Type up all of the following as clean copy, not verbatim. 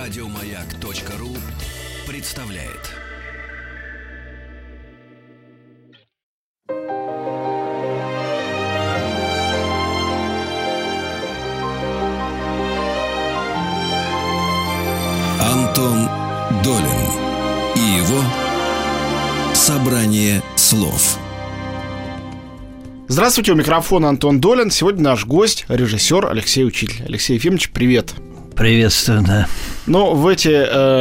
Радиомаяк.ру представляет. Антон Долин и его собрание слов. Здравствуйте, у микрофона Антон Долин. Сегодня наш гость, режиссер Алексей Учитель. Алексей Ефимович, привет. Приветствую, да. Ну, в эти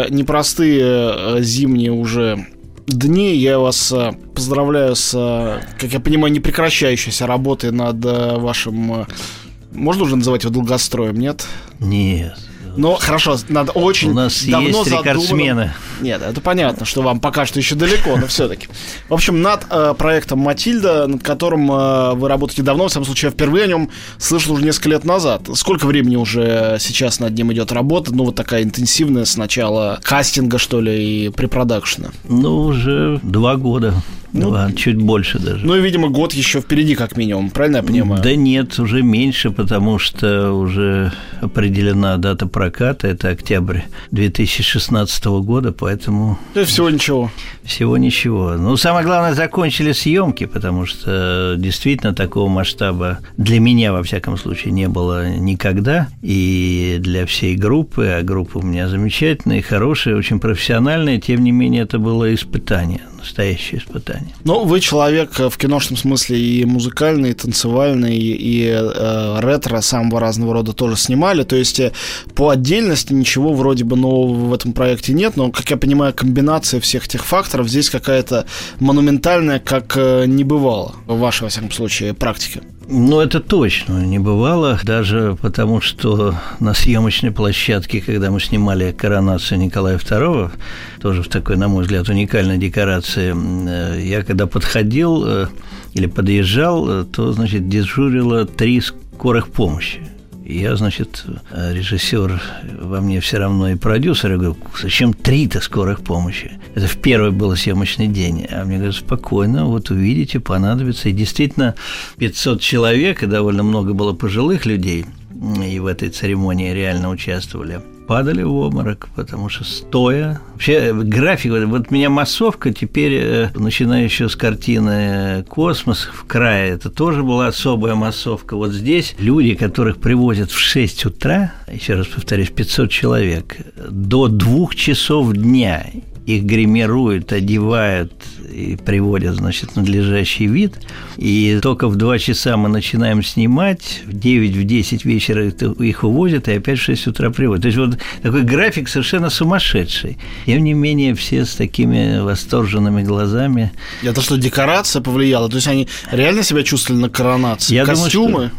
непростые зимние уже дни я вас поздравляю с, как я понимаю, непрекращающейся работой над вашим... Можно уже называть его долгостроем, нет? Нет. Ну, хорошо, надо очень у нас давно есть рекордсмены. Нет, это понятно, что вам пока что еще далеко, но все-таки. В общем, над проектом «Матильда», над которым вы работаете давно, в самом случае, я впервые о нем слышал уже несколько лет назад. Сколько времени уже сейчас над ним идет работа? Ну, вот такая интенсивная с начала кастинга, что ли, и препродакшена. Ну, уже 2 года. Чуть больше даже. Ну и, видимо, год еще впереди, как минимум, правильно я понимаю? Да нет, уже меньше, потому что уже определена дата проката, это октябрь 2016 года, поэтому... То есть всего ничего? Всего ничего. Ну, самое главное, закончили съемки, потому что действительно такого масштаба для меня, во всяком случае, не было никогда, и для всей группы, а группа у меня замечательная, хорошая, очень профессиональная, тем не менее, это было испытание, настоящее испытание. Ну, вы человек в киношном смысле и музыкальный, и танцевальный, и ретро самого разного рода тоже снимали, то есть по отдельности ничего вроде бы нового в этом проекте нет, но, как я понимаю, комбинация всех этих факторов здесь какая-то монументальная, как не бывало в вашей, во всяком случае, практике. Ну, это точно не бывало, даже потому, что на съемочной площадке, когда мы снимали коронацию Николая II, тоже в такой, на мой взгляд, уникальной декорации, я когда подходил или подъезжал, то, значит, дежурило 3 скорых помощи. Я, значит, режиссер во мне все равно и продюсер. Я говорю, зачем 3-то скорых помощи? Это в первый был съемочный день. А мне говорят, спокойно, вот увидите, понадобится. И действительно, 500 человек, и довольно много было пожилых людей, и в этой церемонии реально участвовали, падали в обморок, потому что стоя. Вообще график, вот меня массовка теперь, начиная еще с картины «Космос» в крае, это тоже была особая массовка. Вот здесь люди, которых привозят в 6 утра, еще раз повторюсь, 500 человек, до 2 часов дня их гримируют, одевают и приводят, значит, в надлежащий вид. И только в 2 часа мы начинаем снимать, в 9-10 вечера их увозят, и опять в 6 утра приводят. То есть вот такой график совершенно сумасшедший. Тем не менее, все с такими восторженными глазами. Это что, декорация повлияла? То есть они реально себя чувствовали на коронации? Костюмы?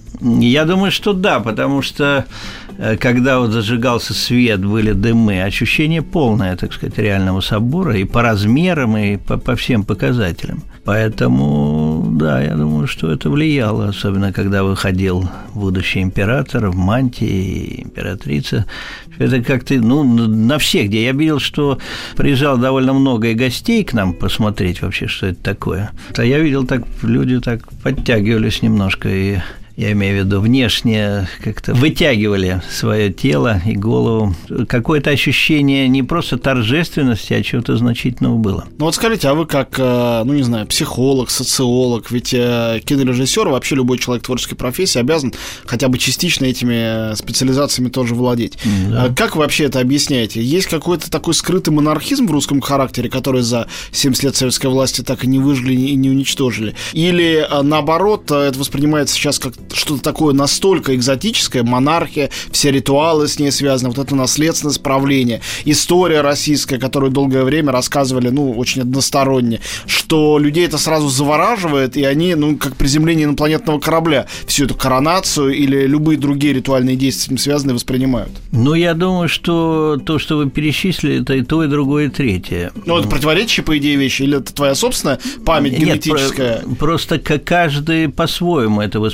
Я думаю, что да, потому что когда вот зажигался свет, были дымы, ощущение полное, так сказать, реального собора и по размерам, и по всем показателям. Поэтому, да, я думаю, что это влияло, особенно когда выходил будущий император в мантии, императрица. Это как-то, на всех, где я видел, что приезжало довольно много и гостей к нам посмотреть вообще, что это такое. А я видел, так люди так подтягивались немножко, и я имею в виду, внешне как-то вытягивали свое тело и голову. Какое-то ощущение не просто торжественности, а чего-то значительного было. Ну вот скажите, а вы как, психолог, социолог, ведь кинорежиссер, вообще любой человек творческой профессии обязан хотя бы частично этими специализациями тоже владеть. Да. Как вы вообще это объясняете? Есть какой-то такой скрытый монархизм в русском характере, который за 70 лет советской власти так и не выжгли и не уничтожили? Или наоборот, это воспринимается сейчас как что-то такое настолько экзотическое, монархия, все ритуалы с ней связаны, вот это наследственность правления, история российская, которую долгое время рассказывали, очень односторонне, что людей это сразу завораживает, и они, как приземление инопланетного корабля, всю эту коронацию или любые другие ритуальные действия с этим связанные воспринимают. Я думаю, что то, что вы перечислили, это и то, и другое, и третье. Это противоречие, по идее, вещи, или это твоя собственная память генетическая? Нет, просто каждый по-своему это воспринимает.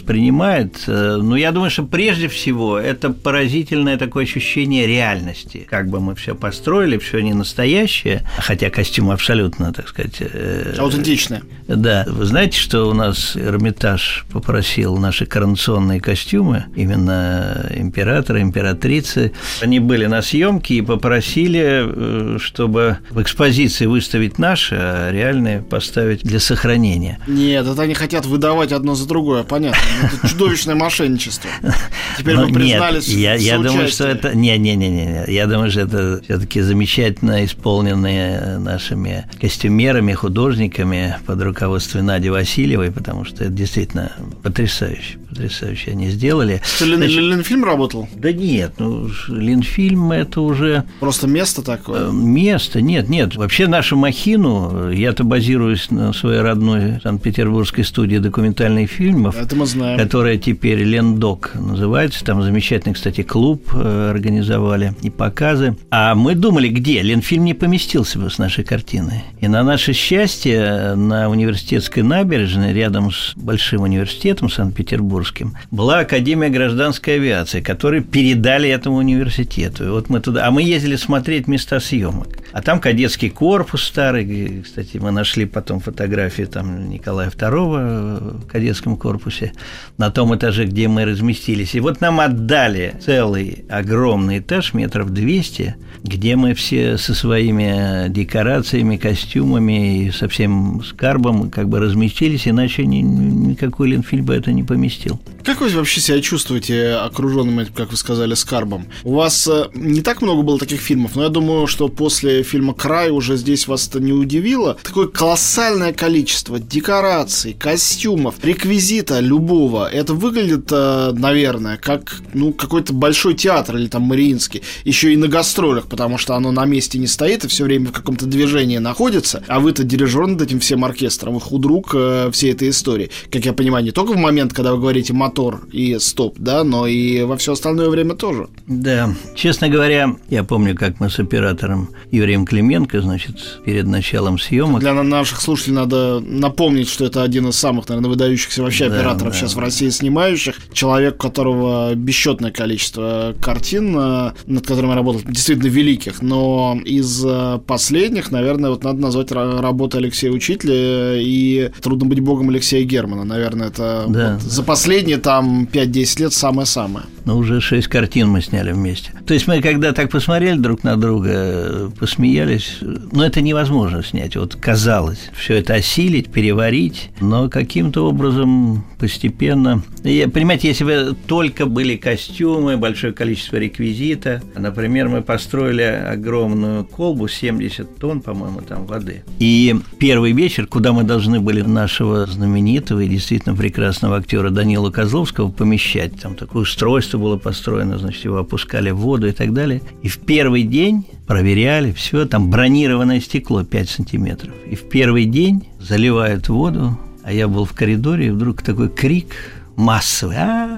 снимает. Но я думаю, что прежде всего это поразительное такое ощущение реальности. Как бы мы все построили, все не настоящее, хотя костюмы абсолютно, так сказать... аутентичные. Да. Вы знаете, что у нас Эрмитаж попросил наши коронационные костюмы, именно императора, императрицы. Они были на съемке и попросили, чтобы в экспозиции выставить наши, а реальные поставить для сохранения. Нет, это они хотят выдавать одно за другое, понятно. Это чудовищное мошенничество. Теперь вы признались. Я думаю, что это... Не. Я думаю, что это все-таки замечательно исполненные нашими костюмерами, художниками под руководством Нади Васильевой, потому что это действительно потрясающе они сделали. Что, Ленфильм работал? Да нет, Ленфильм это уже... Просто место такое? Место, нет. Вообще нашу махину, я-то базируюсь на своей родной Санкт-Петербургской студии документальных фильмов, это мы знаем, которая теперь Лендок называется, там замечательный, кстати, клуб организовали и показы. А мы думали, где? Ленфильм не поместился бы с нашей картиной. И на наше счастье на Университетской набережной, рядом с Большим университетом Санкт-Петербургским, была Академия гражданской авиации, которую передали этому университету. И вот мы туда... А мы ездили смотреть места съемок. А там кадетский корпус старый. Кстати, мы нашли потом фотографии там Николая II в кадетском корпусе на том этаже, где мы разместились. И вот нам отдали целый огромный этаж, метров 200, где мы все со своими декорациями, костюмами и со всем скарбом как бы разместились, иначе никакой Ленфильм бы это не поместил. Как вы вообще себя чувствуете окруженным, как вы сказали, скарбом? У вас не так много было таких фильмов, но я думаю, что после фильма «Край» уже здесь вас это не удивило. Такое колоссальное количество декораций, костюмов, реквизита любого. Это выглядит, наверное, как какой-то большой театр или там Мариинский, еще и на гастролях, потому что оно на месте не стоит и все время в каком-то движении находится, а вы-то дирижер над этим всем оркестром и худрук всей этой истории. Как я понимаю, не только в момент, когда вы говорите мотор и стоп, да, но и во все остальное время тоже. Да, честно говоря, я помню, как мы с оператором Юрием Клименко, значит, перед началом съемок... Для наших слушателей надо напомнить, что это один из самых, наверное, выдающихся вообще операторов сейчас в России снимающих. Человек, у которого бесчетное количество картин, над которыми работал, действительно великих, но из последних, наверное, вот надо назвать работы Алексея Учителя и «Трудно быть богом» Алексея Германа. Наверное, это вот за последние там 5-10 лет самое-самое. Ну, уже 6 картин мы сняли вместе. То есть мы, когда так посмотрели друг на друга, посмеялись, но это невозможно снять. Вот казалось, все это осилить, переварить, но каким-то образом постепенно... Понимаете, если бы только были костюмы, большое количество реквизита, например, мы построили огромную колбу, 70 тонн, по-моему, там воды. И первый вечер, куда мы должны были нашего знаменитого и действительно прекрасного актера Данилу Козловского помещать, там такое устройство было построено, значит, его опускали в воду и так далее. И в первый день проверяли все, там бронированное стекло 5 сантиметров. И в первый день заливают воду, а я был в коридоре, и вдруг такой крик массовый.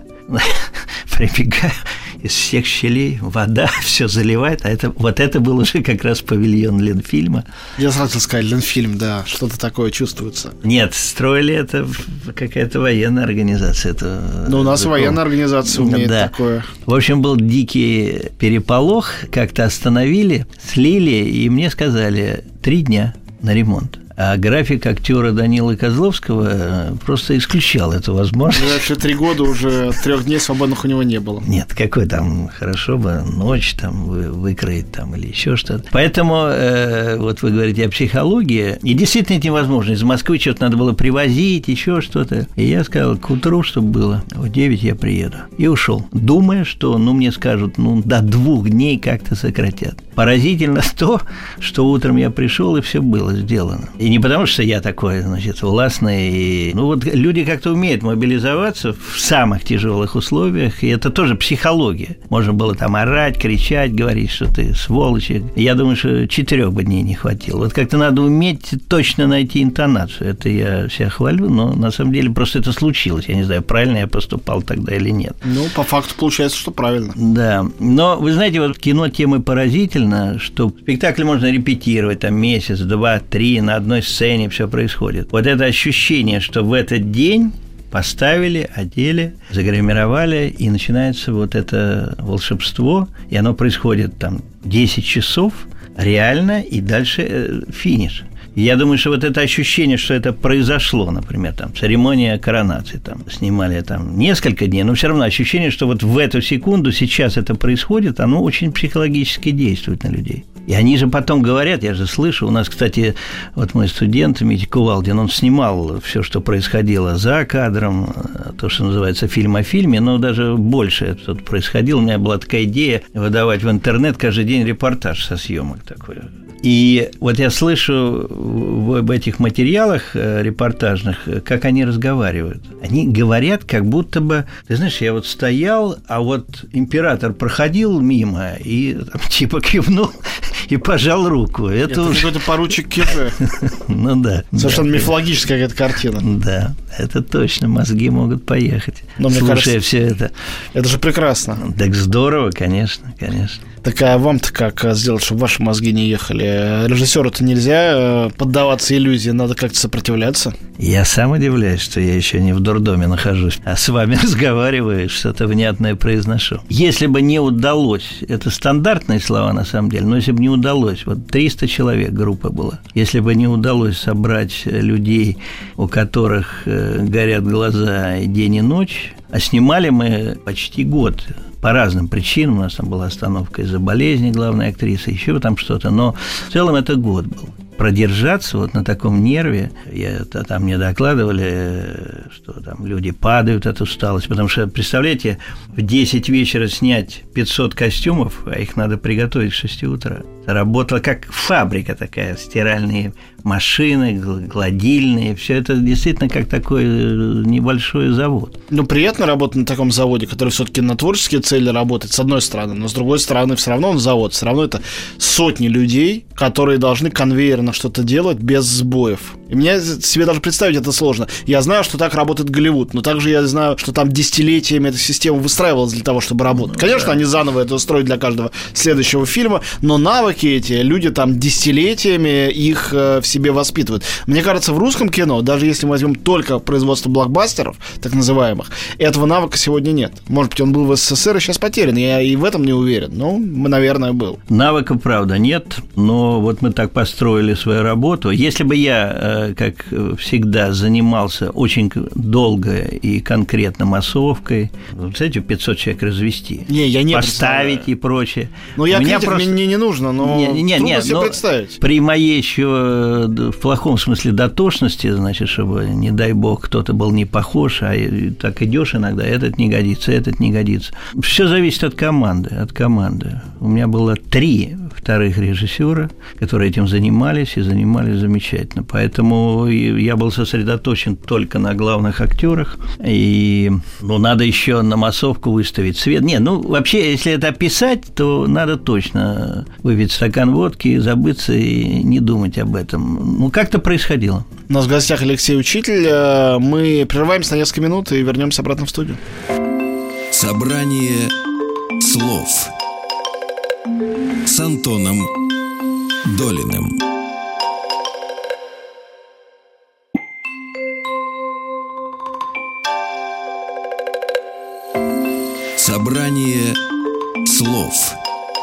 Прибегаю, из всех щелей вода все заливает, а это был уже как раз павильон Ленфильма. Я сразу хотел сказать, Ленфильм, да, что-то такое чувствуется. Нет, строили это какая-то военная организация. У нас военная организация умеет такое. В общем, был дикий переполох, как-то остановили, слили, и мне сказали 3 дня на ремонт. А график актера Данилы Козловского просто исключал эту возможность. Вообще 3 года уже 3 дней свободных у него не было. Нет, какой там, хорошо бы ночь там выкроить там или еще что-то. Поэтому вот вы говорите о психологии, и действительно это невозможно. Из Москвы что-то надо было привозить, еще что-то. И я сказал, к утру, чтобы было, в 9 я приеду. И ушел, думая, что мне скажут, до 2 дней как-то сократят. Поразительно то, что утром я пришел, и все было сделано. И не потому, что я такой, значит, властный. Вот люди как-то умеют мобилизоваться в самых тяжелых условиях, и это тоже психология. Можно было там орать, кричать, говорить, что ты сволочь. Я думаю, что 4 бы дней не хватило. Вот как-то надо уметь точно найти интонацию. Это я себя хвалю, но на самом деле просто это случилось. Я не знаю, правильно я поступал тогда или нет. По факту получается, что правильно. Да. Но, вы знаете, вот в кино темы поразительно, что спектакль можно репетировать там месяц, 2, 3, на одной сцене все происходит. Вот это ощущение, что в этот день поставили, одели, загримировали, и начинается вот это волшебство, и оно происходит там 10 часов реально, и дальше финиш. Я думаю, что вот это ощущение, что это произошло, например, там, церемония коронации, там, снимали там несколько дней, но все равно ощущение, что вот в эту секунду сейчас это происходит, оно очень психологически действует на людей. И они же потом говорят, я же слышу, у нас, кстати, вот мой студент Митя Кувалдин, он снимал все, что происходило за кадром, то, что называется фильм о фильме, но даже больше это происходило. У меня была такая идея выдавать в интернет каждый день репортаж со съемок такой. И вот я слышу в этих материалах репортажных, как они разговаривают. Они говорят, как будто бы, ты знаешь, я вот стоял, а вот император проходил мимо и там, типа кивнул и пожал руку. Это уж... какой-то поручик Киже. Ну да. Совершенно мифологическая какая-то картина. Да, это точно, мозги могут поехать, слушая все это. Это же прекрасно. Так здорово, конечно, конечно. Так а вам-то как сделать, чтобы ваши мозги не ехали? Режиссеру-то нельзя поддаваться иллюзии, надо как-то сопротивляться. Я сам удивляюсь, что я еще не в дурдоме нахожусь, а с вами разговариваю, что-то внятное произношу. Если бы не удалось, это стандартные слова на самом деле, но если бы не удалось, вот 300 человек группа была, если бы не удалось собрать людей, у которых горят глаза и день и ночь, а снимали мы почти год, по разным причинам. У нас там была остановка из-за болезни главной актрисы, еще там что-то. Но в целом это год был. Продержаться вот на таком нерве, там мне докладывали, что там люди падают от усталости, потому что, представляете, в 10 вечера снять 500 костюмов, а их надо приготовить в 6 утра. Это работала как фабрика такая, стиральные машины, гладильные, все это действительно как такой небольшой завод. Ну, приятно работать на таком заводе, который все-таки на творческие цели работает, с одной стороны, но с другой стороны, все равно он завод, все равно это сотни людей, которые должны конвейерно что-то делать без сбоев. И мне себе даже представить это сложно. Я знаю, что так работает Голливуд, но также я знаю, что там десятилетиями эта система выстраивалась для того, чтобы работать. Конечно, они заново это устроят для каждого следующего фильма, но навыки эти, люди там десятилетиями их в себе воспитывают. Мне кажется, в русском кино, даже если мы возьмем только производство блокбастеров, так называемых, этого навыка сегодня нет. Может быть, он был в СССР и сейчас потерян, я и в этом не уверен. Ну, наверное, был. Навыка, правда, нет, но вот мы так построили свою работу. Если бы я, как всегда, занимался очень долго и конкретно массовкой, кстати, 500 человек развести, я не поставить и прочее. Ну, я критик, просто... мне не нужно, но трудно себе представить. При моей еще в плохом смысле дотошности, значит, чтобы, не дай бог, кто-то был не похож, а так идешь иногда, этот не годится, этот не годится. Все зависит от команды, У меня было 3 вторых режиссера, которые этим занимались и занимались замечательно. Поэтому я был сосредоточен только на главных актерах. И надо еще на массовку выставить свет. Вообще, если это описать, то надо точно выпить стакан водки, забыться и не думать об этом. Как-то происходило. У нас в гостях Алексей Учитель. Мы прерываемся на несколько минут и вернемся обратно в студию. Собрание слов с Антоном Долиным. Собрание слов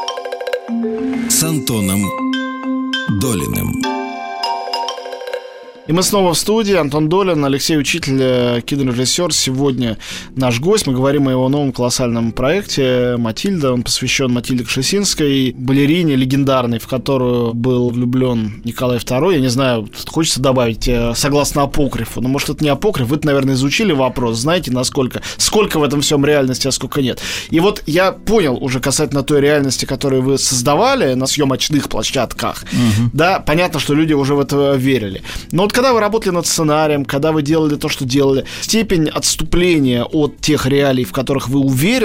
с Антоном Долиным. И мы снова в студии. Антон Долин, Алексей Учитель, кинорежиссер. Сегодня наш гость. Мы говорим о его новом колоссальном проекте «Матильда». Он посвящен Матильде Кшесинской, балерине легендарной, в которую был влюблен Николай II. Я не знаю, хочется добавить, согласно апокрифу. Но, может, это не апокриф. Вы-то, наверное, изучили вопрос. Знаете, сколько в этом всем реальности, а сколько нет. И вот я понял уже касательно той реальности, которую вы создавали на съемочных площадках. Да, понятно, что люди уже в это верили. Но вот когда вы работали над сценарием, когда вы делали то, что делали, степень отступления от тех реалий, в которых вы уверены,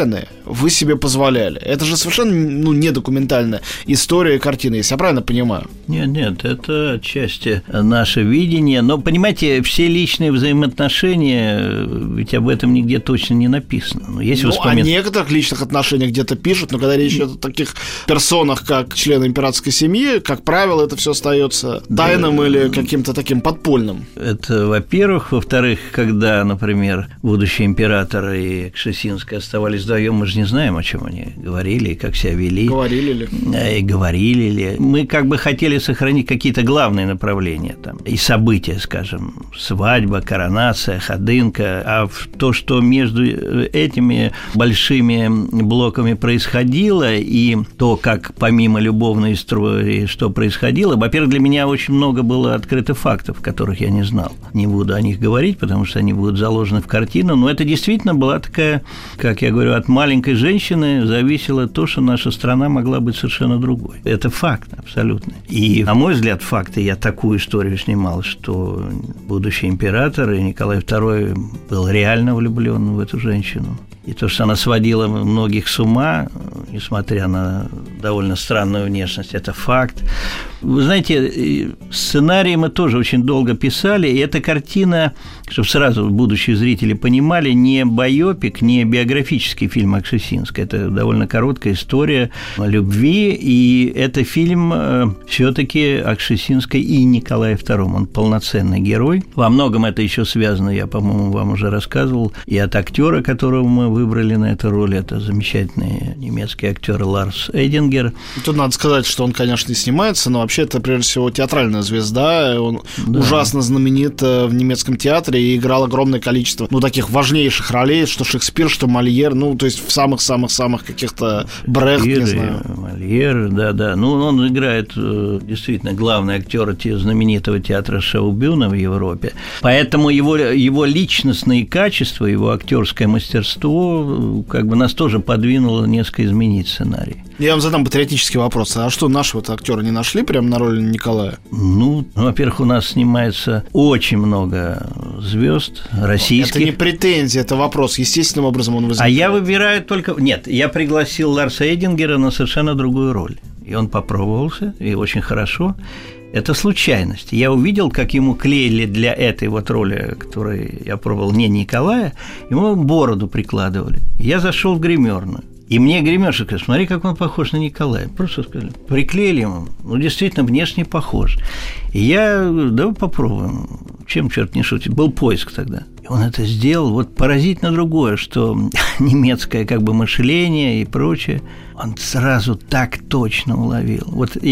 вы себе позволяли. Это же совершенно не документальная история и картина, если я правильно понимаю. Нет, это отчасти наше видение. Но, понимаете, все личные взаимоотношения, ведь об этом нигде точно не написано. Но если о некоторых личных отношениях где-то пишут, но когда речь идет о таких персонах, как члены императорской семьи, как правило, это все остается тайным или каким-то таким подпольным. Это, во-первых. Во-вторых, когда, например, будущий император и Кшесинская оставались вдвоем, мы же не знаем, о чем они говорили и как себя вели. Говорили ли? И говорили ли. Мы как бы хотели сохранить какие-то главные направления там, и события, скажем, свадьба, коронация, ходынка. А то, что между этими большими блоками происходило, и то, как помимо любовной истории, что происходило, во-первых, для меня очень много было открытых фактов, которых я не знал. Не буду о них говорить, потому что они будут заложены в картину, но это действительно была такая, как я говорю, от маленькой женщины зависело то, что наша страна могла быть совершенно другой. Это факт абсолютно. И, на мой взгляд, факт, и я такую историю снимал, что будущий император и Николай II был реально влюблен в эту женщину. И то, что она сводила многих с ума, несмотря на довольно странную внешность, это факт. Вы знаете, сценарий мы тоже очень долго писали, и эта картина, чтобы сразу будущие зрители понимали, не байопик, не биографический фильм о Кшесинской. Это довольно короткая история любви, и это фильм все-таки о Кшесинской и Николае II. Он полноценный герой. Во многом это еще связано, я, по-моему, вам уже рассказывал, и от актера, которого мы выбрали на эту роль, это замечательный немецкий актер Ларс Эдингер. Тут надо сказать, что он, конечно, и снимается, но вообще это, прежде всего, театральная звезда. Он ужасно знаменит в немецком театре и играл огромное количество, таких важнейших ролей, что Шекспир, что Мольер, то есть в самых-самых-самых каких-то Брехт, не знаю. Мольер, да. Он играет действительно главный актер знаменитого театра Шаубюна в Европе. Поэтому его личностные качества, его актерское мастерство как бы нас тоже подвинуло несколько изменить сценарий. Я вам задам патриотический вопрос. А что, нашего-то актера не нашли прямо на роль Николая? Во-первых, у нас снимается очень много звезд российских. Это не претензия, это вопрос. Естественным образом он возникает. А я выбираю только... Нет, я пригласил Ларса Эдингера на совершенно другую роль. И он попробовался, и очень хорошо. Это случайность. Я увидел, как ему клеили для этой вот роли, которую я пробовал, не Николая, ему бороду прикладывали. Я зашел в гримерную. И мне гримерша говорит: смотри, как он похож на Николая. Просто сказали, приклеили ему, действительно внешне похож. И я говорю: давай попробуем. Чем черт не шутит? Был поиск тогда. И он это сделал. Вот поразительно другое, что немецкое как бы мышление и прочее, он сразу так точно уловил.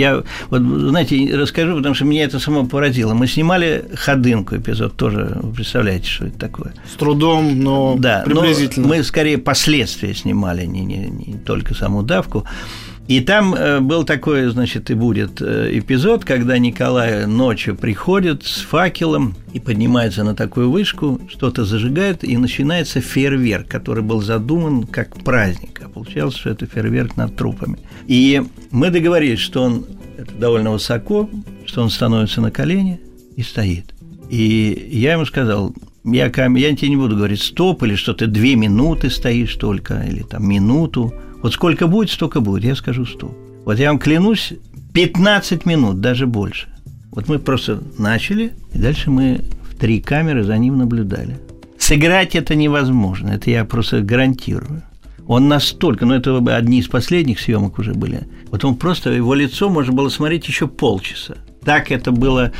Знаете, расскажу, потому что меня это само поразило. Мы снимали «Ходынку» эпизод тоже. Вы представляете, что это такое? С трудом, но приблизительно. Но мы скорее последствия снимали, не только саму давку. И там был такой, и будет эпизод, когда Николай ночью приходит с факелом и поднимается на такую вышку, что-то зажигает, и начинается фейерверк, который был задуман как праздник. А получалось, что это фейерверк над трупами. И мы договорились, что он это довольно высоко, что он становится на колени и стоит. И я ему сказал: я тебе не буду говорить стоп, или что ты 2 минуты стоишь только, или там минуту. Вот сколько будет, столько будет, я скажу стоп. Вот я вам клянусь, 15 минут, даже больше. Вот мы просто начали, и дальше мы в 3 камеры за ним наблюдали. Сыграть это невозможно, это я просто гарантирую. Он настолько, это одни из последних съемок уже были, вот он просто, его лицо можно было смотреть еще полчаса. Так это было...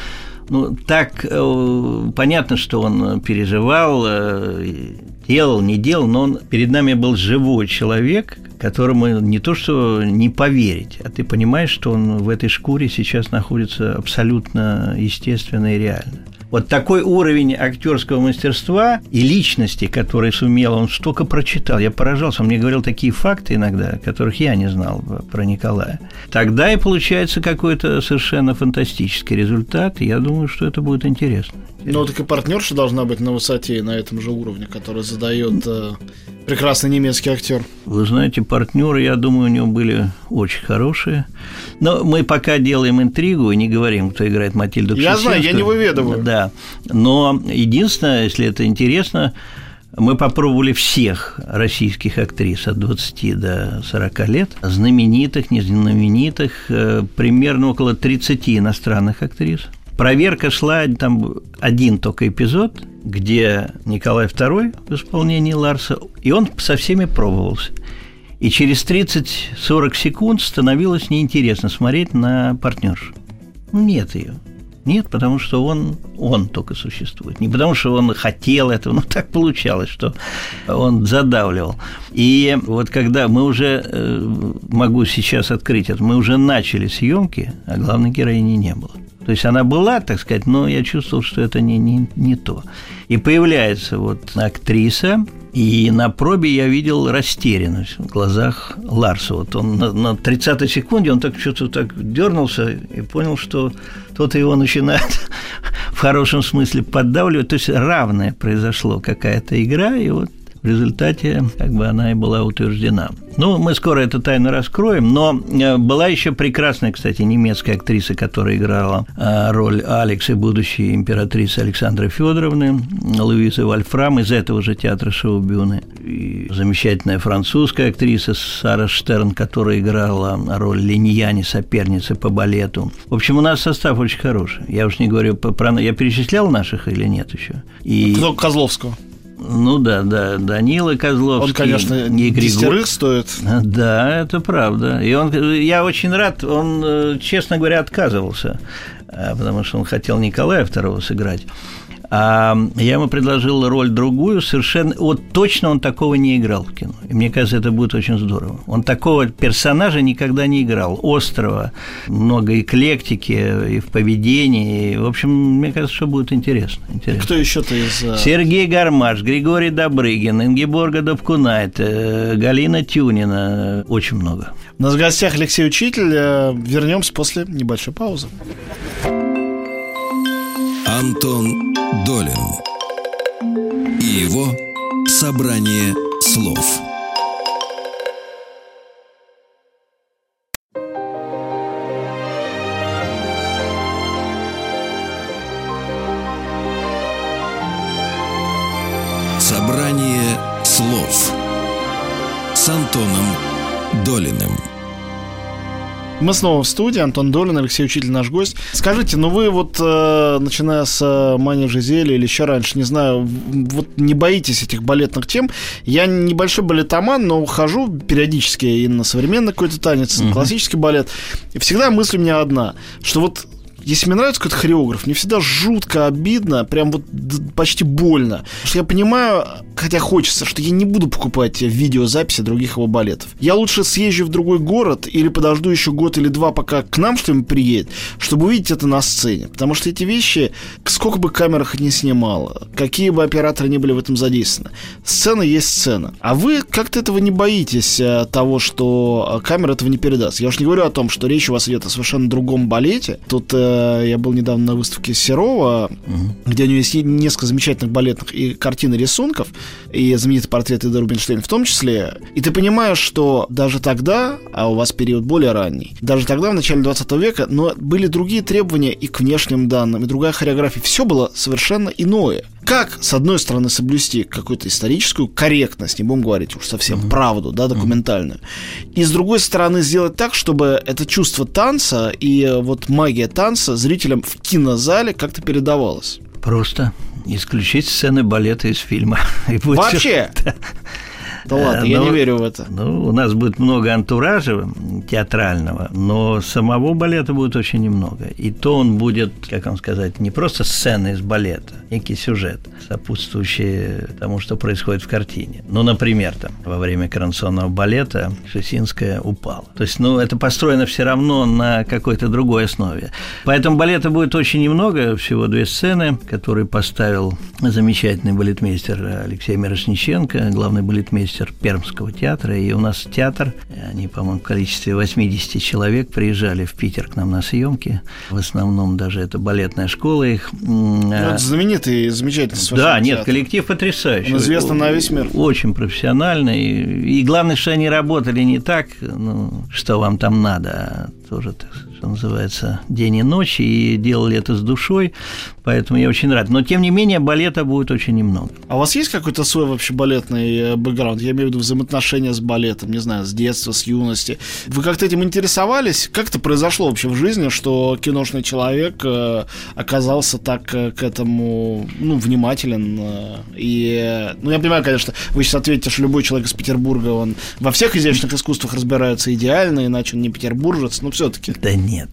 так понятно, что он переживал, делал, не делал, но перед нами был живой человек, которому не то что не поверить, а ты понимаешь, что он в этой шкуре сейчас находится абсолютно естественно и реально. Вот такой уровень актерского мастерства и личности, который сумел, он столько прочитал. Я поражался, он мне говорил такие факты иногда, которых я не знал про Николая. Тогда и получается какой-то совершенно фантастический результат, и я думаю, что это будет интересно. Так и партнерша должна быть на высоте и на этом же уровне, который задает прекрасный немецкий актер. Вы знаете, партнеры, я думаю, у него были очень хорошие. Но мы пока делаем интригу и не говорим, кто играет Матильду Кшесинскую. Я знаю, я не выведываю. Да. Но единственное, если это интересно, Мы попробовали всех российских актрис от 20 до 40 лет, знаменитых, незнаменитых, примерно около 30 иностранных актрис. Проверка шла, там один только эпизод, где Николай II в исполнении Ларса, и он со всеми пробовался. И через 30-40 секунд становилось неинтересно смотреть на партнершу. Нет ее. Нет, потому что он только существует. Не потому что он хотел этого, но так получалось, что он задавливал. И вот когда мы уже, могу сейчас открыть это, мы уже начали съемки, а главной героини не было. То есть она была, так сказать, но я чувствовал, что это не то. И появляется вот актриса, и на пробе я видел растерянность в глазах Ларса. Вот он на 30-й секунде, он так что-то так дернулся и понял, что тот его начинает в хорошем смысле поддавливать. То есть равное произошло какая-то игра, и вот в результате как бы она и была утверждена. Ну, мы скоро эту тайну раскроем, но была еще прекрасная, кстати, немецкая актриса, которая играла роль Алекса, будущей императрицы Александры Федоровны, Луизы Вольфрам, из этого же театра Шаубюне. И замечательная французская актриса Сара Штерн, которая играла роль Линьяни, соперницы по балету. В общем, у нас состав очень хороший. Я уж не говорю про... Я перечислял наших или нет еще? И... Только Козловского. Ну да, Данила Козловский. Он, конечно, десятерых стоит. Да, это правда. И я очень рад, он, честно говоря, отказывался, потому что он хотел Николая II сыграть. А я ему предложил роль другую, совершенно... Вот точно он такого не играл в кино. И мне кажется, это будет очень здорово. Он такого персонажа никогда не играл. Острого, много эклектики и в поведении. И, в общем, мне кажется, что будет интересно. Кто еще-то из... Сергей Гармаш, Григорий Добрыгин, Ингеборга Добкунайт, Галина Тюнина. Очень много. У нас в гостях Алексей Учитель. Вернемся после небольшой паузы. Антон Долин и его собрание слов. Собрание слов с Антоном Долиным. Мы снова в студии. Антон Долин, Алексей Учитель, наш гость. Скажите, ну вы вот, начиная с «Мани Жизели» или еще раньше, не знаю, вот не боитесь этих балетных тем? Я небольшой балетоман, но хожу периодически и на современный какой-то танец, и на классический балет. И всегда мысль у меня одна, что вот если мне нравится какой-то хореограф, мне всегда жутко обидно, прям вот почти больно. Потому что я понимаю, хотя хочется, что я не буду покупать видеозаписи других его балетов. Я лучше съезжу в другой город или подожду еще год или два, пока к нам что-нибудь приедет, чтобы увидеть это на сцене. Потому что эти вещи, сколько бы камер их ни снимало, какие бы операторы ни были в этом задействованы, сцена есть сцена. А вы как-то этого не боитесь, того, что камера этого не передаст. Я уж не говорю о том, что речь у вас идет о совершенно другом балете. Тут я был недавно на выставке Серова, где у него есть несколько замечательных балетных и картин и рисунков, и знаменитый портрет Иды Рубинштейн в том числе. И ты понимаешь, что даже тогда, а у вас период более ранний, даже тогда, в начале 20 века, но были другие требования и к внешним данным, и другая хореография. Все было совершенно иное. Как, с одной стороны, соблюсти какую-то историческую корректность, не будем говорить уж совсем правду, да, документальную, и, с другой стороны, сделать так, чтобы это чувство танца и вот магия танца зрителям в кинозале как-то передавалось? Просто исключить сцены балета из фильма. Вообще? Да ладно, я не верю в это. Ну, у нас будет много антуража театрального, но самого балета будет очень немного. И то он будет, как вам сказать, не просто сцена из балета, некий сюжет, сопутствующий тому, что происходит в картине. Ну, например, там, во время коронационного балета Шесинская упала. То есть, ну, это построено все равно на какой-то другой основе. Поэтому балета будет очень немного, всего 2 сцены, которые поставил замечательный балетмейстер Алексей Мирошниченко, главный балетмейстер Пермского театра. И у нас театр, они, по-моему, в количестве 80 человек приезжали в Питер к нам на съемки. В основном даже это балетная школа их. Это знаменитый, замечательный совершенно Да, нет, театр. коллектив потрясающий. Он известен на весь мир. Очень профессиональный. И главное, что они работали не так, ну, что вам там надо, тоже, что называется, день и ночь, и делали это с душой, поэтому я очень рад. Но, тем не менее, балета будет очень немного. А у вас есть какой-то свой вообще балетный бэкграунд? Я имею в виду взаимоотношения с балетом, не знаю, с детства, с юности. Вы как-то этим интересовались? Как это произошло вообще в жизни, что киношный человек оказался так к этому, внимателен? И, я понимаю, конечно, вы сейчас ответите, что любой человек из Петербурга, он во всех изящных искусствах разбирается идеально, иначе он не петербуржец, но все-таки. Да нет,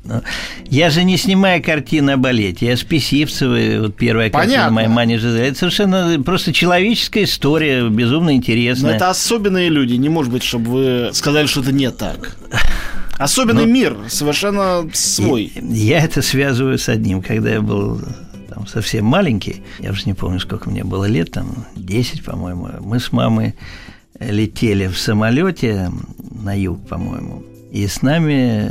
я же не снимаю картины о балете, я Списивцевой, вот первая картина моя «Мани Жизель», это совершенно просто человеческая история, безумно интересная. Но это особенные люди, не может быть, чтобы вы сказали, что это не так. Особенный мир, совершенно свой. Я это связываю с одним, когда я был совсем маленький, я уже не помню, сколько мне было лет, 10, по-моему, мы с мамой летели в самолете на юг, по-моему, и с нами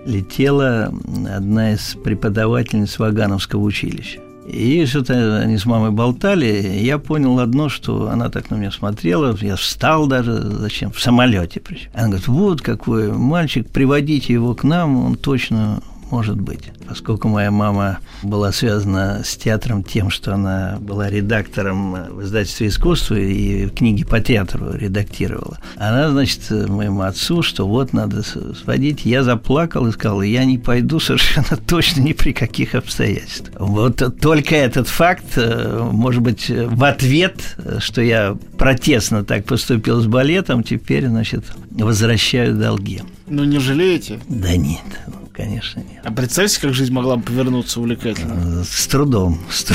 летела одна из преподавательниц Вагановского училища. И что-то они с мамой болтали, и я понял одно, что она так на меня смотрела, я встал даже, зачем, в самолете причем. Она говорит, вот какой мальчик, приводите его к нам, он точно может быть. Поскольку моя мама была связана с театром тем, что она была редактором в издательстве «Искусство» и книги по театру редактировала, она, значит, моему отцу, что вот надо сводить. Я заплакал и сказал, я не пойду совершенно точно ни при каких обстоятельствах. Вот только этот факт, может быть, в ответ, что я протестно так поступил с балетом, теперь, значит, возвращаю долги. Не жалеете? Да нет, конечно, нет. А представьте, как жизнь могла бы повернуться увлекательно? С трудом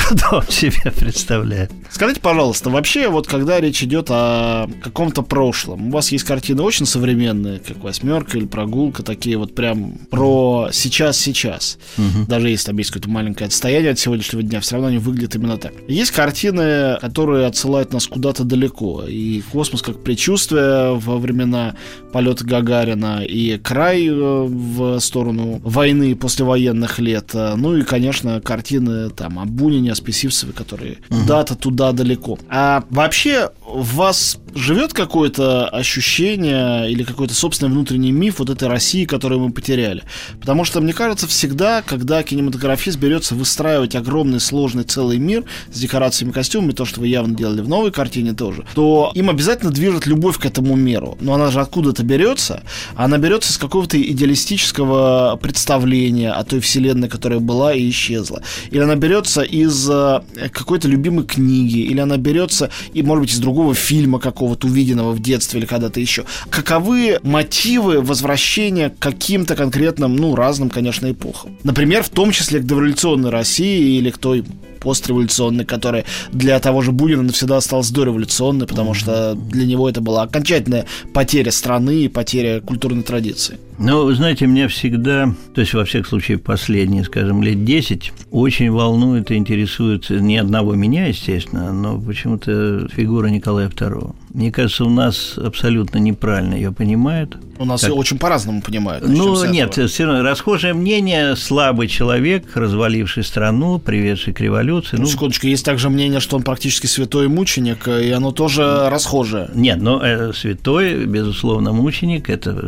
себе представляю. Скажите, пожалуйста, вообще, вот когда речь идет о каком-то прошлом, у вас есть картины очень современные, как «Восьмерка» или «Прогулка», такие вот прям про сейчас. Даже если там есть какое-то маленькое отстояние от сегодняшнего дня, все равно они выглядят именно так. Есть картины, которые отсылают нас куда-то далеко, и космос как предчувствие во времена полета Гагарина, и край в сторону войны послевоенных лет. И, конечно, картины там о Бунине, о Списивцевой, которые куда-то туда далеко. А вообще в вас живет какое-то ощущение или какой-то собственный внутренний миф вот этой России, которую мы потеряли? Потому что, мне кажется, всегда, когда кинематографист берется выстраивать огромный, сложный целый мир с декорациями, костюмами, то, что вы явно делали в новой картине тоже, то им обязательно движет любовь к этому миру. Но она же откуда-то берется. Она берется из какого-то идеалистического представления о той вселенной, которая была и исчезла. Или она берется из какой-то любимой книги, или она берется, и, может быть, из другого фильма какого-то, увиденного в детстве или когда-то еще. Каковы мотивы возвращения к каким-то конкретным, разным, конечно, эпохам? Например, в том числе к дореволюционной России или к той постреволюционной, которая для того же Бунина навсегда осталась дореволюционной, потому что для него это была окончательная потеря страны и потеря культурной традиции. Вы знаете, меня всегда, то есть, во всяком случае, последние, скажем, лет 10, очень волнует и интересует не одного меня, естественно, но почему-то фигура Николая II. Мне кажется, у нас абсолютно неправильно ее понимают. У нас ее очень по-разному понимают. Нет, все равно расхожее мнение: слабый человек, разваливший страну, приведший к революции. Секундочку, есть также мнение, что он практически святой мученик, и оно тоже расхожее. Нет, святой, безусловно, мученик, это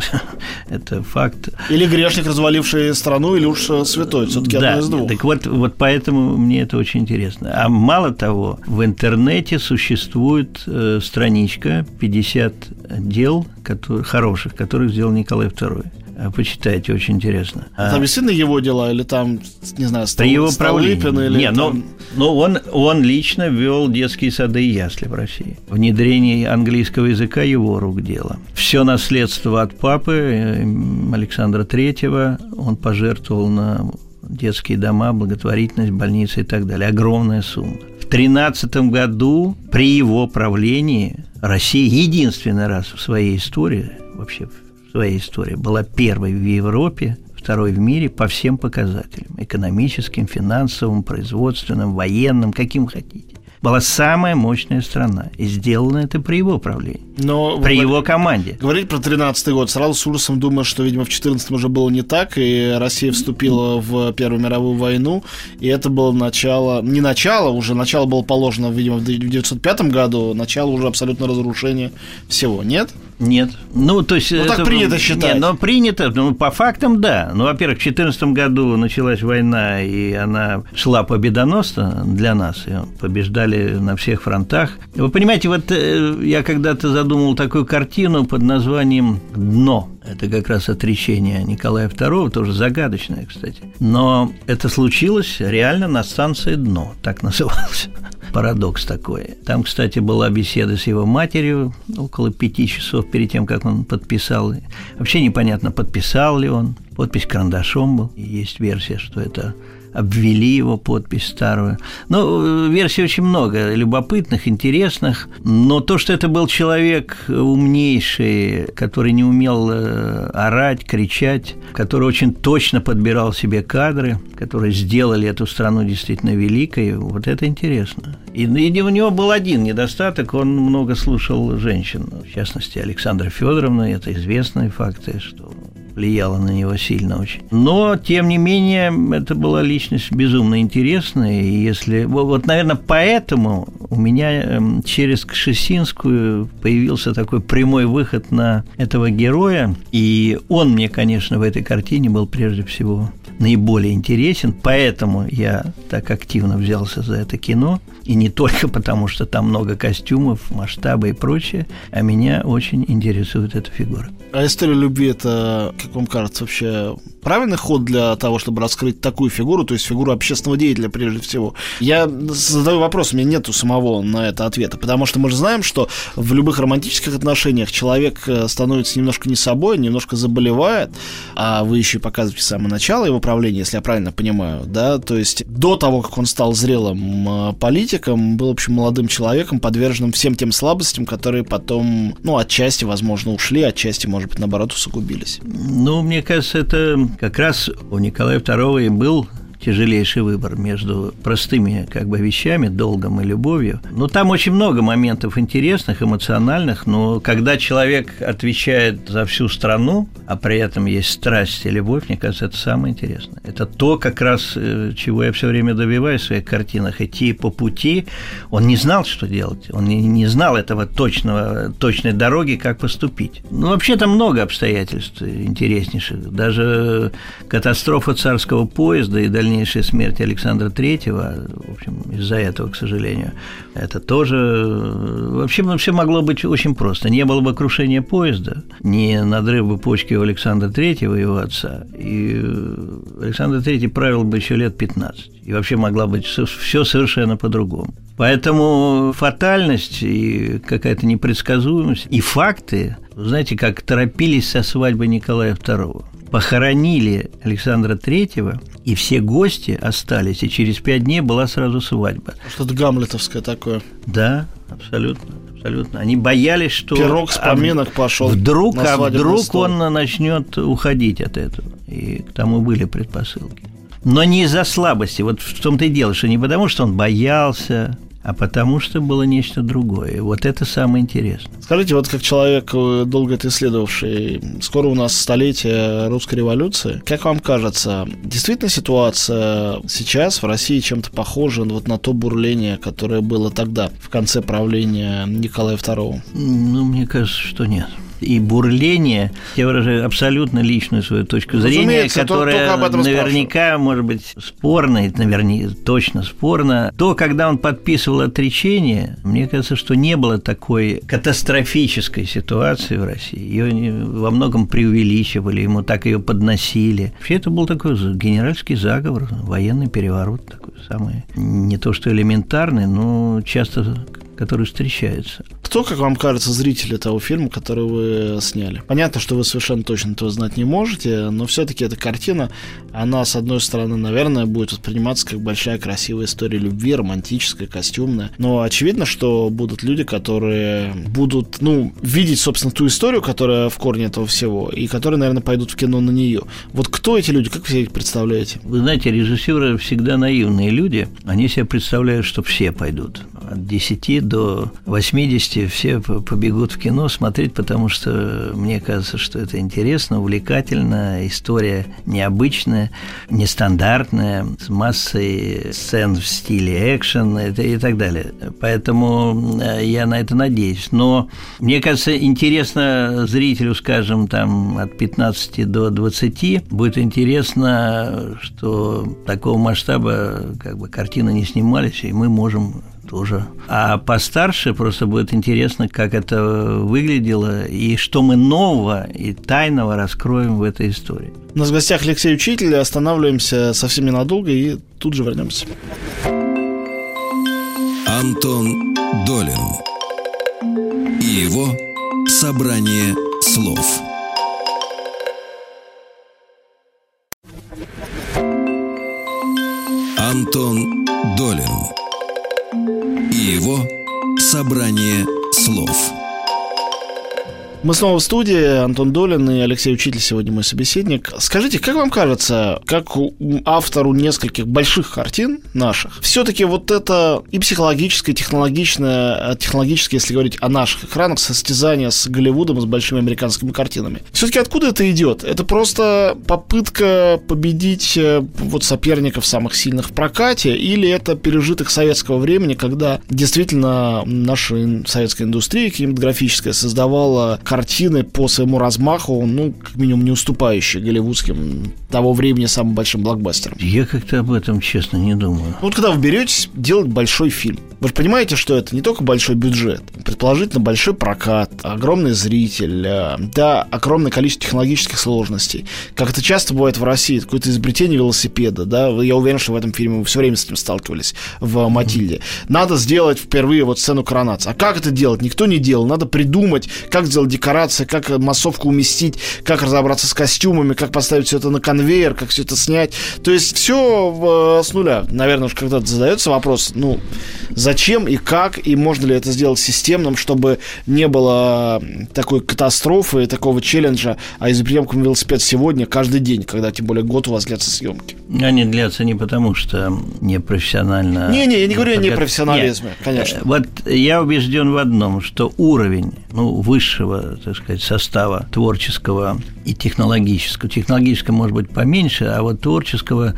факт. Или грешник, разваливший страну, или уж святой, все-таки одно из двух. Так вот поэтому мне это очень интересно. А мало того, в интернете существует страничка 50 дел хороших, которых сделал Николай II. Почитайте, очень интересно. Там действительно его дела, или там, не знаю, Столыпин, или... Нет, он лично вел детские сады и ясли в России. Внедрение английского языка — его рук дело. Все наследство от папы Александра III он пожертвовал на детские дома, благотворительность, больницы и так далее. Огромная сумма. В 13 году при его правлении Россия единственный раз в своей истории, вообще в своей истории, была первой в Европе, второй в мире по всем показателям: экономическим, финансовым, производственным, военным, каким хотите. Была самая мощная страна, и сделано это при его правлении. Но при его команде. Говорить про 13-й год, сразу с ужасом думаю, что, видимо, в 14-м уже было не так, и Россия вступила в Первую мировую войну, и это было начало было положено, видимо, в 1905 году, начало уже абсолютно разрушения всего, нет? Нет. Ну, то есть... так принято считать. Нет, но принято, по фактам, да. Ну, во-первых, в 2014 году началась война, и она шла победоносно для нас, и побеждали на всех фронтах. Вы понимаете, вот я когда-то задумал такую картину под названием «Дно». Это как раз отречение Николая II, тоже загадочное, кстати. Но это случилось реально на станции «Дно», так называлось. Парадокс такой. Там, кстати, была беседа с его матерью около 5 часов перед тем, как он подписал. Вообще непонятно, подписал ли он. Подпись карандашом был. И есть версия, что это обвели его подпись старую. Ну, версий очень много, любопытных, интересных. Но то, что это был человек умнейший, который не умел орать, кричать, который очень точно подбирал себе кадры, которые сделали эту страну действительно великой, вот это интересно. И у него был один недостаток, он много слушал женщин, в частности, Александра Федоровна, это известные факты, что влияло на него сильно очень. Но, тем не менее, это была личность безумно интересная. И если... Вот, наверное, поэтому у меня через Кшесинскую появился такой прямой выход на этого героя. И он мне, конечно, в этой картине был прежде всего наиболее интересен. Поэтому я так активно взялся за это кино. И не только потому, что там много костюмов, масштаба и прочее, а меня очень интересует эта фигура. А история любви – это, как вам кажется, вообще правильный ход для того, чтобы раскрыть такую фигуру, то есть фигуру общественного деятеля прежде всего? Я задаю вопрос, у меня нету самого на это ответа, потому что мы же знаем, что в любых романтических отношениях человек становится немножко не собой, немножко заболевает, а вы еще и показываете самое начало его правления, если я правильно понимаю, да, то есть до того, как он стал зрелым политиком, был, в общем, молодым человеком, подверженным всем тем слабостям, которые потом, отчасти, возможно, ушли, отчасти, может быть, наоборот, усугубились. Ну, мне кажется, это как раз у Николая II и был тяжелейший выбор между простыми вещами, долгом и любовью. Но там очень много моментов интересных, эмоциональных, но когда человек отвечает за всю страну, а при этом есть страсть и любовь, мне кажется, это самое интересное. Это то, как раз, чего я все время добиваюсь в своих картинах, идти по пути. Он не знал, что делать, он не знал этого точной дороги, как поступить. Вообще там много обстоятельств интереснейших. Даже катастрофа царского поезда и дальнейшая смерть Александра III, в общем, из-за этого, к сожалению, это тоже... Вообще могло быть очень просто. Не было бы крушения поезда, не надрыв бы почки у Александра III, его отца, и Александр III правил бы еще лет 15. И вообще могла быть все совершенно по-другому. Поэтому фатальность и какая-то непредсказуемость, и факты, знаете, как торопились со свадьбой Николая II. Похоронили Александра III, и все гости остались, и через 5 дней была сразу свадьба. Что-то гамлетовское такое. Да, абсолютно. Они боялись, что... Пирог с поминок пошел. Вдруг он начнет уходить от этого. И к тому были предпосылки. Но не из-за слабости. Вот в том-то и дело, что не потому, что он боялся, а потому что было нечто другое. Вот это самое интересное. Скажите, вот как человек, долго это исследовавший, скоро у нас столетие русской революции. Как вам кажется, действительно ситуация сейчас в России чем-то похожа на то бурление, которое было тогда, в конце правления Николая II? Мне кажется, что нет. И бурление, я выражаю абсолютно личную свою точку зрения, которая наверняка может быть спорной, точно спорно. То, когда он подписывал отречение, мне кажется, что не было такой катастрофической ситуации в России. Ее во многом преувеличивали, ему так ее подносили. Вообще это был такой генеральский заговор, военный переворот, такой самый, не то что элементарный, но часто который встречается. Кто, как вам кажется, зрители того фильма, который вы сняли? Понятно, что вы совершенно точно этого знать не можете, но все-таки эта картина, она, с одной стороны, наверное, будет восприниматься как большая красивая история любви, романтическая, костюмная. Но очевидно, что будут люди, которые будут, видеть, собственно, ту историю, которая в корне этого всего, и которые, наверное, пойдут в кино на нее. Вот кто эти люди? Как вы себе их представляете? Вы знаете, режиссеры всегда наивные люди. Они себе представляют, что все пойдут. От 10 до 80 все побегут в кино смотреть, потому что мне кажется, что это интересно, увлекательно, история необычная, нестандартная, с массой сцен в стиле экшен и так далее. Поэтому я на это надеюсь. Но мне кажется, интересно зрителю, скажем, там от 15 до 20 будет интересно, что такого масштаба как бы картины не снимались, и мы можем тоже. А постарше просто будет интересно, как это выглядело и что мы нового и тайного раскроем в этой истории. У нас в гостях Алексей Учитель. Останавливаемся совсем ненадолго и тут же вернемся. Антон Долин и его собрание слов. Антон Долин и его собрание слов. Мы снова в студии. Антон Долин и Алексей Учитель сегодня мой собеседник. Скажите, как вам кажется, как автору нескольких больших картин наших, все-таки вот это и психологическое, и технологическое, если говорить о наших экранах, состязание с Голливудом и с большими американскими картинами. Все-таки откуда это идет? Это просто попытка победить вот соперников самых сильных в прокате, или это пережиток советского времени, когда действительно наша советская индустрия кинематографическая создавала картины по своему размаху, ну, как минимум, не уступающие голливудским того времени самым большим блокбастерам? Я как-то об этом, честно, не думаю. Вот когда вы беретесь делать большой фильм, вы же понимаете, что это не только большой бюджет, предположительно большой прокат, огромный зритель, да, огромное количество технологических сложностей. Как это часто бывает в России, какое-то изобретение велосипеда, да, я уверен, что в этом фильме вы все время с этим сталкивались в «Матильде». Надо сделать впервые вот сцену коронации. А как это делать? Никто не делал. Надо придумать, как сделать декорации, как массовку уместить, как разобраться с костюмами, как поставить все это на конвейер, как все это снять. То есть все с нуля. Наверное, уж когда-то задается вопрос, ну, зачем и как, и можно ли это сделать системным, чтобы не было такой катастрофы, такого челленджа, а изобретем велосипед сегодня, каждый день, когда тем более год у вас длятся съемки. Они длятся не потому, что непрофессионально. Не, я не говорю о непрофессионализме, конечно. Вот я убежден в одном, что уровень, высшего, так сказать, состава творческого и технологического. Технологического, может быть, поменьше, а вот творческого,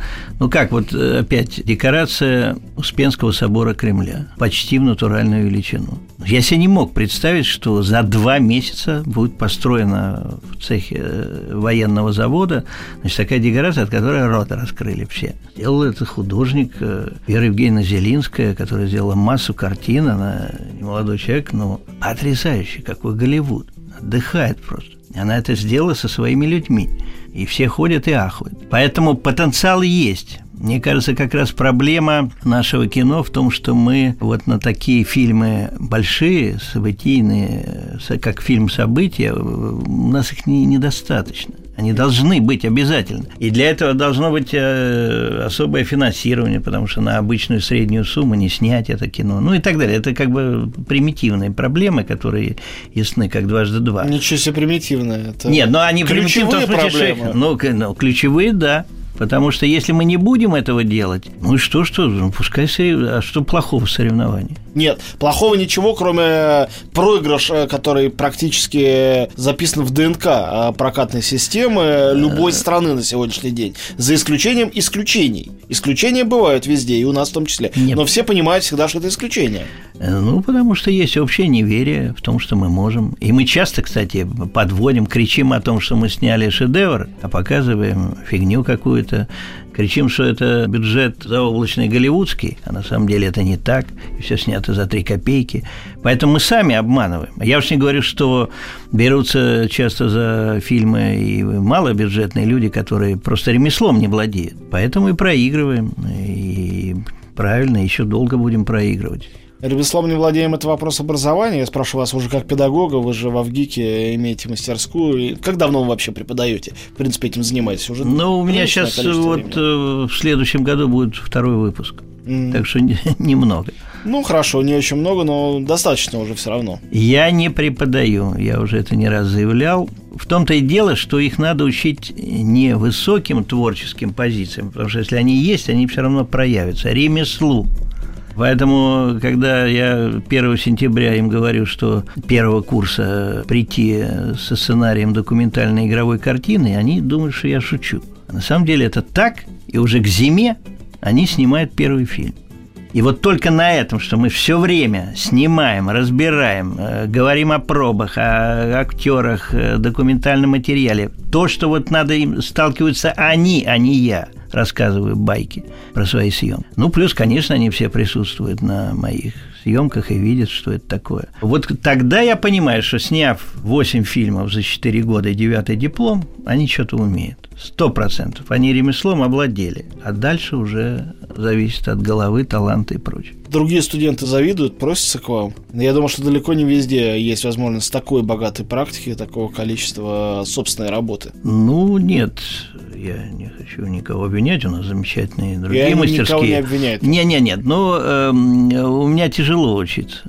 опять декорация Успенского собора Кремля, почти в натуральную величину. Я себе не мог представить, что за 2 месяца будет построена в цехе военного завода, такая декорация, от которой рот раскрыли все. Сделал это художник Вера Евгеньевна Зелинская, которая сделала массу картин, она не молодой человек, но потрясающий, какой Голливуд, отдыхает просто. Она это сделала со своими людьми, и все ходят и ахают. Поэтому потенциал есть. Мне кажется, как раз проблема нашего кино в том, что мы вот на такие фильмы большие, событийные, как фильм «События», у нас их недостаточно. Они должны быть обязательно. И для этого должно быть особое финансирование, потому что на обычную среднюю сумму не снять это кино. И так далее. Это как бы примитивные проблемы, которые ясны как 2 × 2. Ничего себе примитивные. Это нет, но они ключевые проблемы. Ключевые, да. Потому что если мы не будем этого делать, пускай а что плохого в соревновании? Нет, плохого ничего, кроме проигрыша, который практически записан в ДНК прокатной системы любой страны на сегодняшний день, за исключением исключений. Исключения бывают везде, и у нас в том числе. Нет. Но все понимают всегда, что это исключение. Потому что есть общее неверие в том, что мы можем. И мы часто, кстати, подводим, кричим о том, что мы сняли шедевр, а показываем фигню какую-то. Кричим, что это бюджет заоблачный голливудский, а на самом деле это не так, и все снято за 3 копейки. Поэтому мы сами обманываем. Я уж не говорю, что берутся часто за фильмы и малобюджетные люди, которые просто ремеслом не владеют. Поэтому и проигрываем, и правильно, еще долго будем проигрывать. Ремеслом не владеем — это вопрос образования. Я спрашиваю вас уже как педагога, вы же в ВГИКе имеете мастерскую. Как давно вы вообще преподаете? В принципе, этим занимаетесь уже? У меня сейчас в следующем году будет 2-й выпуск. Так что немного. Хорошо, не очень много, но достаточно уже все равно. Я не преподаю, я уже это не раз заявлял. В том-то и дело, что их надо учить не высоким творческим позициям, потому что если они есть, они все равно проявятся. Ремеслу. Поэтому, когда я 1 сентября им говорю, что первого курса прийти со сценарием документальной игровой картины, они думают, что я шучу. На самом деле это так, и уже к зиме они снимают первый фильм. И вот только на этом, что мы все время снимаем, разбираем, говорим о пробах, о актерах, документальном материале, то, что вот надо им, сталкиваются они, а не я, рассказываю байки про свои съемки. Ну, плюс, конечно, они все присутствуют на моих съемках и видят, что это такое. Вот тогда я понимаю, что, сняв 8 фильмов за 4 года и 9-й диплом, они что-то умеют. 100%. Они ремеслом овладели. А дальше уже зависит от головы, таланта и прочее. Другие студенты завидуют, просятся к вам. Я думаю, что далеко не везде есть возможность такой богатой практики, такого количества собственной работы. Ну, нет. Я не хочу никого обвинять. У нас замечательные другие мастерские. Никого не обвиняют. Нет. Но у меня тяжело учиться.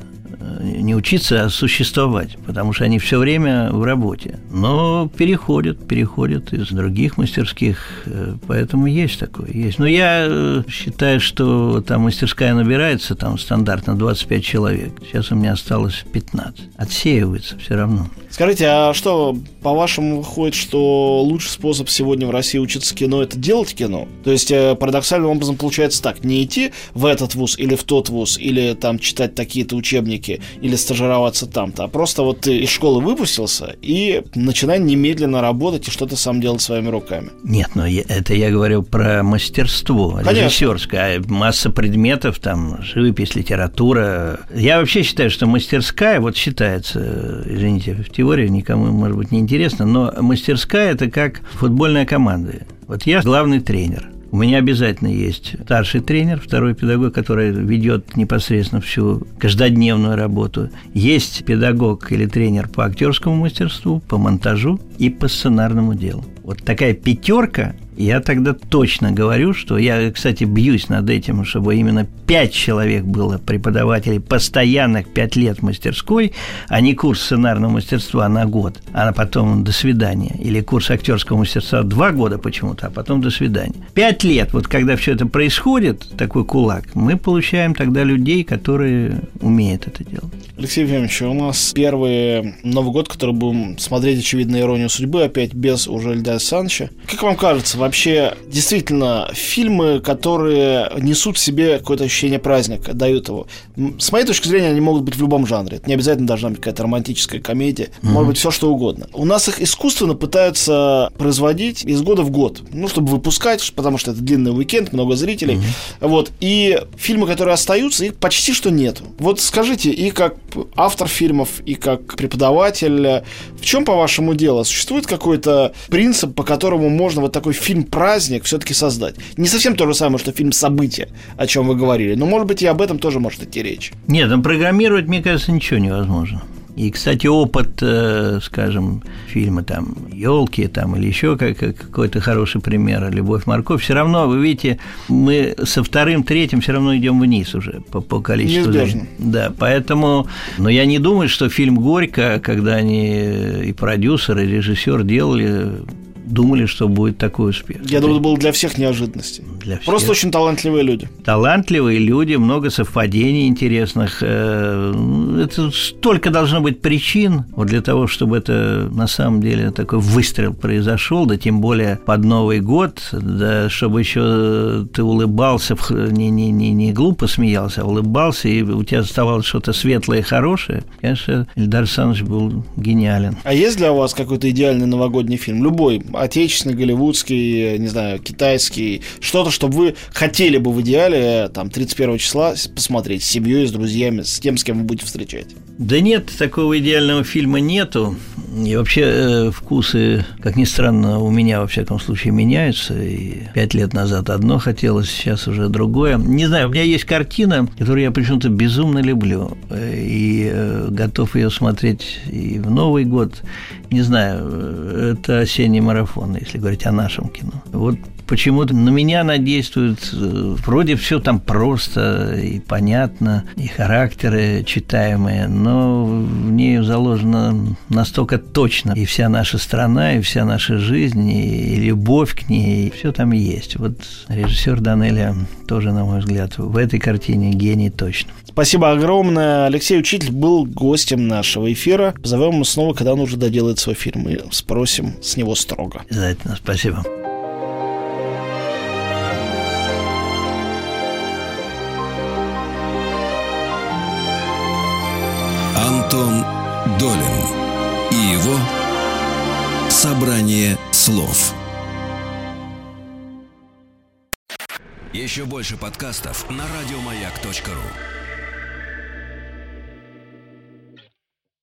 Не учиться, а существовать, потому что они все время в работе. Но переходят из других мастерских, поэтому есть такое, есть. Но я считаю, что там мастерская набирается, там стандартно 25 человек. Сейчас у меня осталось 15. Отсеивается все равно. Скажите, а что, по-вашему, выходит, что лучший способ сегодня в России учиться кино – это делать кино? То есть, парадоксальным образом получается так: не идти в этот вуз или в тот вуз, или там читать такие-то учебники, или стажироваться там-то, а просто вот ты из школы выпустился и начинай немедленно работать и что-то сам делать своими руками. Нет, но это я говорю про мастерство режиссерское. А масса предметов, там, живопись, литература. Я вообще считаю, что мастерская, вот считается, извините, в теории никому, может быть, не интересно, но мастерская – это как футбольная команда. Вот я главный тренер. У меня обязательно есть старший тренер, второй педагог, который ведет непосредственно всю каждодневную работу. Есть педагог или тренер по актерскому мастерству, по монтажу и по сценарному делу. Вот такая пятерка. Я тогда точно говорю, что я, кстати, бьюсь над этим, чтобы именно 5 человек было преподавателей постоянных 5 лет в мастерской, а не курс сценарного мастерства на год, а потом до свидания. Или курс актерского мастерства 2 года почему-то, а потом до свидания. 5 лет, вот когда все это происходит, такой кулак, мы получаем тогда людей, которые умеют это делать. Алексей Ефимович, у нас первый Новый год, который будем смотреть, очевидно, «Иронию судьбы», опять без уже Эльдара Рязановича. Как вам кажется, вообще, действительно, фильмы, которые несут в себе какое-то ощущение праздника, дают его. С моей точки зрения, они могут быть в любом жанре. Это не обязательно должна быть какая-то романтическая комедия. Может быть, все что угодно. У нас их искусственно пытаются производить из года в год. Ну, чтобы выпускать, потому что это длинный уикенд, много зрителей. Вот. И фильмы, которые остаются, их почти что нету. Вот скажите, и как автор фильмов, и как преподаватель, в чем, по-вашему, дело? Существует какой-то принцип, по которому можно вот такой фильм-праздник все-таки создать? Не совсем то же самое, что фильм-событие, о чем вы говорили, но, может быть, и об этом тоже может идти речь. Нет, ну, программировать, мне кажется, ничего невозможно. И, кстати, опыт, скажем, фильма там «Елки» там, или еще какой-то хороший пример «Любовь, морковь», все равно, вы видите, мы со вторым, третьим все равно идем вниз уже по количеству. Неизбежно. Да, поэтому, но я не думаю, что фильм «Горько», когда они и продюсер, и режиссер делали, думали, что будет такой успех. Я думаю, это было для всех неожиданностей. Для всех. Просто очень талантливые люди. Талантливые люди, много совпадений интересных. Это столько должно быть причин вот для того, чтобы это на самом деле такой выстрел произошел, да тем более под Новый год, да, чтобы еще ты улыбался, не глупо смеялся, а улыбался, и у тебя оставалось что-то светлое и хорошее. Конечно, Эльдар Рязанович был гениален. А есть для вас какой-то идеальный новогодний фильм? Любой, отечественный, голливудский, не знаю, китайский, что-то, чтобы вы хотели бы в идеале там 31 числа посмотреть с семьей, с друзьями, с тем, с кем вы будете встречать? Да нет, такого идеального фильма нету. И вообще вкусы, как ни странно, у меня, во всяком случае, меняются. И 5 лет назад одно хотелось, сейчас уже другое. Не знаю, у меня есть картина, которую я почему-то безумно люблю. И готов ее смотреть и в Новый год. Не знаю, это «Осенний марафон», если говорить о нашем кино. Вот почему-то на меня она действует. Вроде все там просто и понятно, и характеры читаемые, но в ней заложено настолько точно и вся наша страна, и вся наша жизнь, и любовь к ней, и все там есть. Вот режиссер Данелия тоже, на мой взгляд, в этой картине гений точно. Спасибо огромное. Алексей Учитель был гостем нашего эфира. Позовем его снова, когда он уже доделает свой фильм, и спросим с него строго. Обязательно. Спасибо. Антон Долин и его «Собрание слов». Еще больше подкастов на радиомаяк.ру.